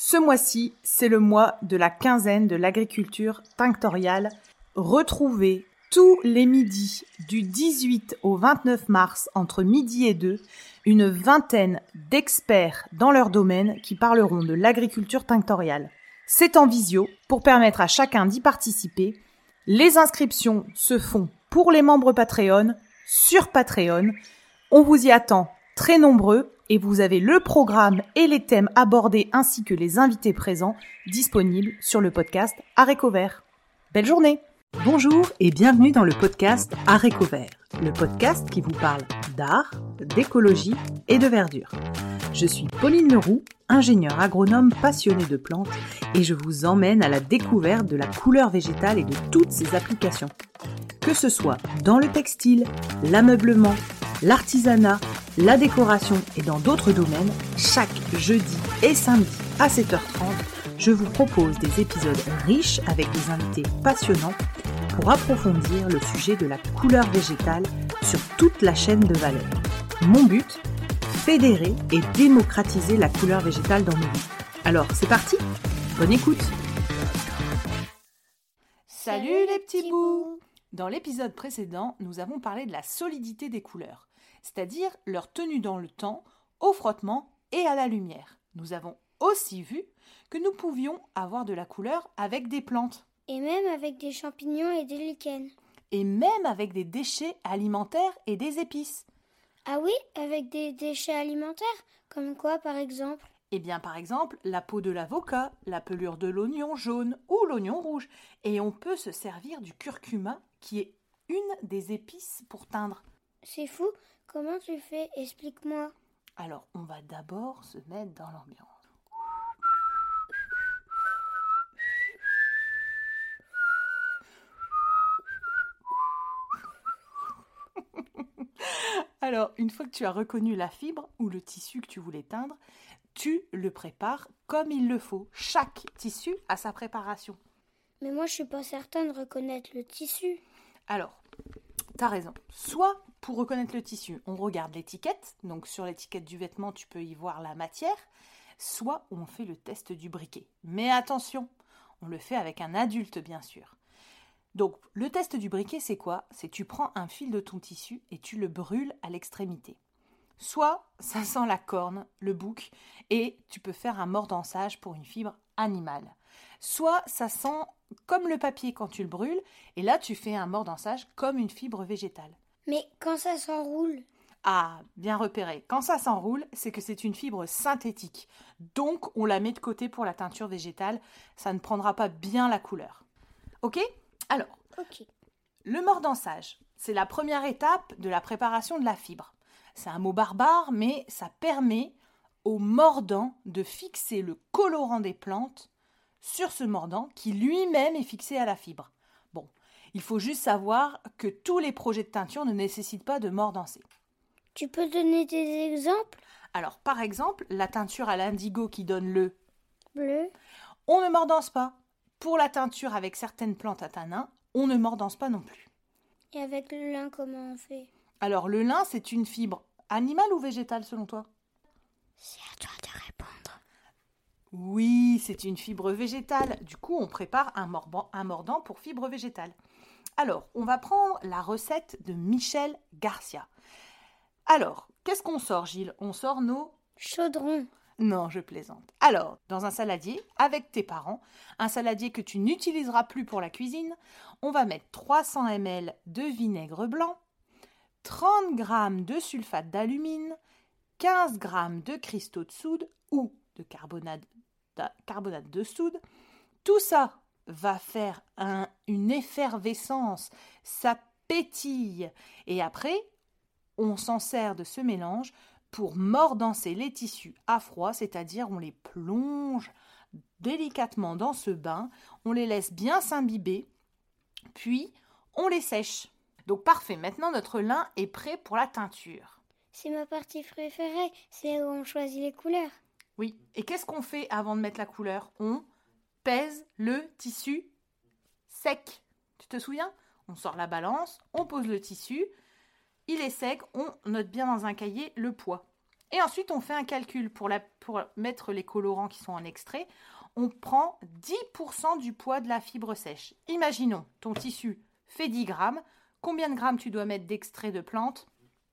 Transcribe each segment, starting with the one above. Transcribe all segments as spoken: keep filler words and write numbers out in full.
Ce mois-ci, c'est le mois de la quinzaine de l'agriculture tinctoriale. Retrouvez tous les midis du dix-huit au vingt-neuf mars, entre midi et deux, une vingtaine d'experts dans leur domaine qui parleront de l'agriculture tinctoriale. C'est en visio pour permettre à chacun d'y participer. Les inscriptions se font pour les membres Patreon sur Patreon. On vous y attend très nombreux et vous avez le programme et les thèmes abordés ainsi que les invités présents disponibles sur le podcast Haricots Verts. Belle journée! Bonjour et bienvenue dans le podcast Haricots Verts, le podcast qui vous parle d'art, d'écologie et de verdure. Je suis Pauline Leroux, ingénieure agronome passionnée de plantes et je vous emmène à la découverte de la couleur végétale et de toutes ses applications. Que ce soit dans le textile, l'ameublement, l'artisanat, la décoration et dans d'autres domaines, chaque jeudi et samedi à sept heures trente, je vous propose des épisodes riches avec des invités passionnants pour approfondir le sujet de la couleur végétale sur toute la chaîne de valeur. Mon but, fédérer et démocratiser la couleur végétale dans nos vies. Alors, c'est parti ? Bonne écoute ! Salut les petits bouts ! Dans l'épisode précédent, nous avons parlé de la solidité des couleurs, c'est-à-dire leur tenue dans le temps, au frottement et à la lumière. Nous avons aussi vu que nous pouvions avoir de la couleur avec des plantes. Et même avec des champignons et des lichens. Et même avec des déchets alimentaires et des épices. Ah oui, avec des déchets alimentaires? Comme quoi, par exemple? Eh bien, par exemple, la peau de l'avocat, la pelure de l'oignon jaune ou l'oignon rouge. Et on peut se servir du curcuma, qui est une des épices pour teindre. C'est fou, comment tu fais? Explique-moi. Alors, on va d'abord se mettre dans l'ambiance. Alors, une fois que tu as reconnu la fibre ou le tissu que tu voulais teindre, tu le prépares comme il le faut. Chaque tissu a sa préparation. Mais moi, je suis pas certaine de reconnaître le tissu. Alors, tu as raison. Soit, pour reconnaître le tissu, on regarde l'étiquette. Donc, sur l'étiquette du vêtement, tu peux y voir la matière. Soit, on fait le test du briquet. Mais attention, on le fait avec un adulte, bien sûr. Donc, le test du briquet, c'est quoi? C'est tu prends un fil de ton tissu et tu le brûles à l'extrémité. Soit, ça sent la corne, le bouc, et tu peux faire un mordançage pour une fibre animale. Soit, ça sent comme le papier quand tu le brûles, et là, tu fais un mordançage comme une fibre végétale. Mais quand ça s'enroule? Ah, bien repéré. Quand ça s'enroule, c'est que c'est une fibre synthétique. Donc, on la met de côté pour la teinture végétale. Ça ne prendra pas bien la couleur. Ok ? Alors, okay. Le mordançage, c'est la première étape de la préparation de la fibre. C'est un mot barbare, mais ça permet au mordant de fixer le colorant des plantes sur ce mordant qui lui-même est fixé à la fibre. Bon, il faut juste savoir que tous les projets de teinture ne nécessitent pas de mordancer. Tu peux donner des exemples? Alors, par exemple, la teinture à l'indigo qui donne le bleu, on ne mordance pas. Pour la teinture avec certaines plantes à tanin, on ne mordance pas non plus. Et avec le lin, comment on fait? Alors, le lin, c'est une fibre animale ou végétale selon toi? C'est à toi de répondre. Oui, c'est une fibre végétale. Du coup, on prépare un, mordant, un mordant pour fibre végétale. Alors, on va prendre la recette de Michel Garcia. Alors, qu'est-ce qu'on sort, Gilles? On sort nos chaudrons. Non, je plaisante. Alors, dans un saladier, avec tes parents, un saladier que tu n'utiliseras plus pour la cuisine, on va mettre trois cents millilitres de vinaigre blanc, trente grammes de sulfate d'alumine, quinze grammes de cristaux de soude ou de carbonate, carbonate de soude. Tout ça va faire un, une effervescence, ça pétille. Et après, on s'en sert de ce mélange pour mordancer les tissus à froid, c'est-à-dire on les plonge délicatement dans ce bain, on les laisse bien s'imbiber, puis on les sèche. Donc parfait, maintenant notre lin est prêt pour la teinture. C'est ma partie préférée, c'est où on choisit les couleurs. Oui, et qu'est-ce qu'on fait avant de mettre la couleur? On pèse le tissu sec. Tu te souviens? On sort la balance, on pose le tissu, il est sec, on note bien dans un cahier le poids. Et ensuite, on fait un calcul pour, la, pour mettre les colorants qui sont en extrait. On prend dix pour cent du poids de la fibre sèche. Imaginons, ton tissu fait dix grammes. Combien de grammes tu dois mettre d'extrait de plante ?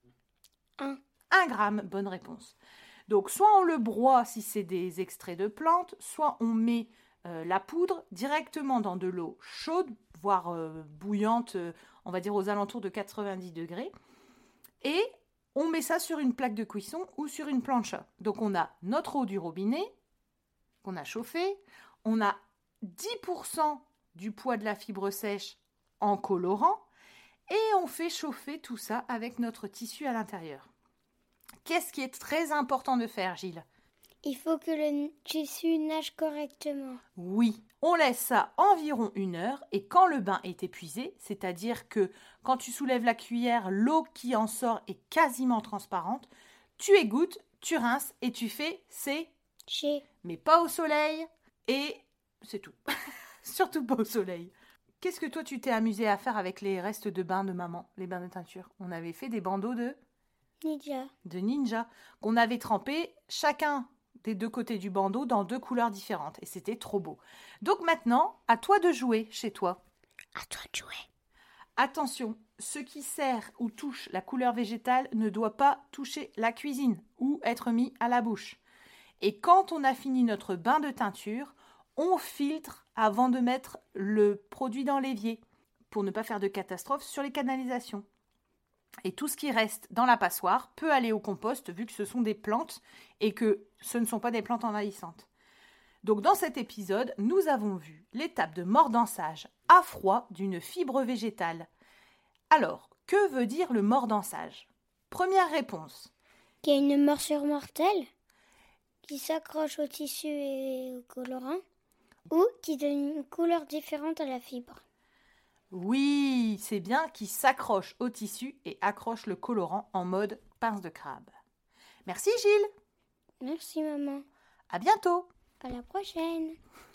Un. un gramme, bonne réponse. Donc, soit on le broie si c'est des extraits de plantes, soit on met euh, la poudre directement dans de l'eau chaude, voire euh, bouillante, euh, on va dire aux alentours de quatre-vingt-dix degrés. Et on met ça sur une plaque de cuisson ou sur une plancha. Donc, on a notre eau du robinet qu'on a chauffée. On a dix pour cent du poids de la fibre sèche en colorant. Et on fait chauffer tout ça avec notre tissu à l'intérieur. Qu'est-ce qui est très important de faire, Gilles ? Il faut que le tissu nage correctement. Oui, on laisse ça environ une heure et quand le bain est épuisé, c'est-à-dire que quand tu soulèves la cuillère, l'eau qui en sort est quasiment transparente, tu égouttes, tu rinces et tu fais sécher. Mais pas au soleil et c'est tout. Surtout pas au soleil. Qu'est-ce que toi tu t'es amusé à faire avec les restes de bain de maman, les bains de teinture ? On avait fait des bandeaux de... Ninja. De ninja, qu'on avait trempé chacun des deux côtés du bandeau dans deux couleurs différentes. Et c'était trop beau. Donc maintenant, à toi de jouer chez toi. À toi de jouer. Attention, ce qui sert ou touche la couleur végétale ne doit pas toucher la cuisine ou être mis à la bouche. Et quand on a fini notre bain de teinture, on filtre avant de mettre le produit dans l'évier pour ne pas faire de catastrophe sur les canalisations. Et tout ce qui reste dans la passoire peut aller au compost vu que ce sont des plantes et que ce ne sont pas des plantes envahissantes. Donc dans cet épisode, nous avons vu l'étape de mordançage à froid d'une fibre végétale. Alors, que veut dire le mordançage ? Première réponse. Qu'il y a une morsure mortelle qui s'accroche au tissu et au colorant ou qui donne une couleur différente à la fibre. Oui, c'est bien qui s'accroche au tissu et accroche le colorant en mode pince de crabe. Merci Gilles. Merci maman. À bientôt. À la prochaine.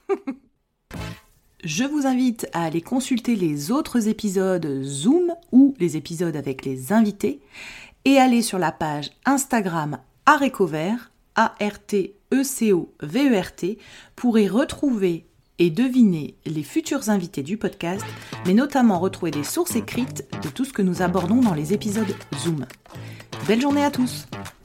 Je vous invite à aller consulter les autres épisodes Zoom ou les épisodes avec les invités et aller sur la page Instagram Arécovert, A R T E C O V E R T, pour y retrouver et deviner les futurs invités du podcast, mais notamment retrouver des sources écrites de tout ce que nous abordons dans les épisodes Zoom. Belle journée à tous!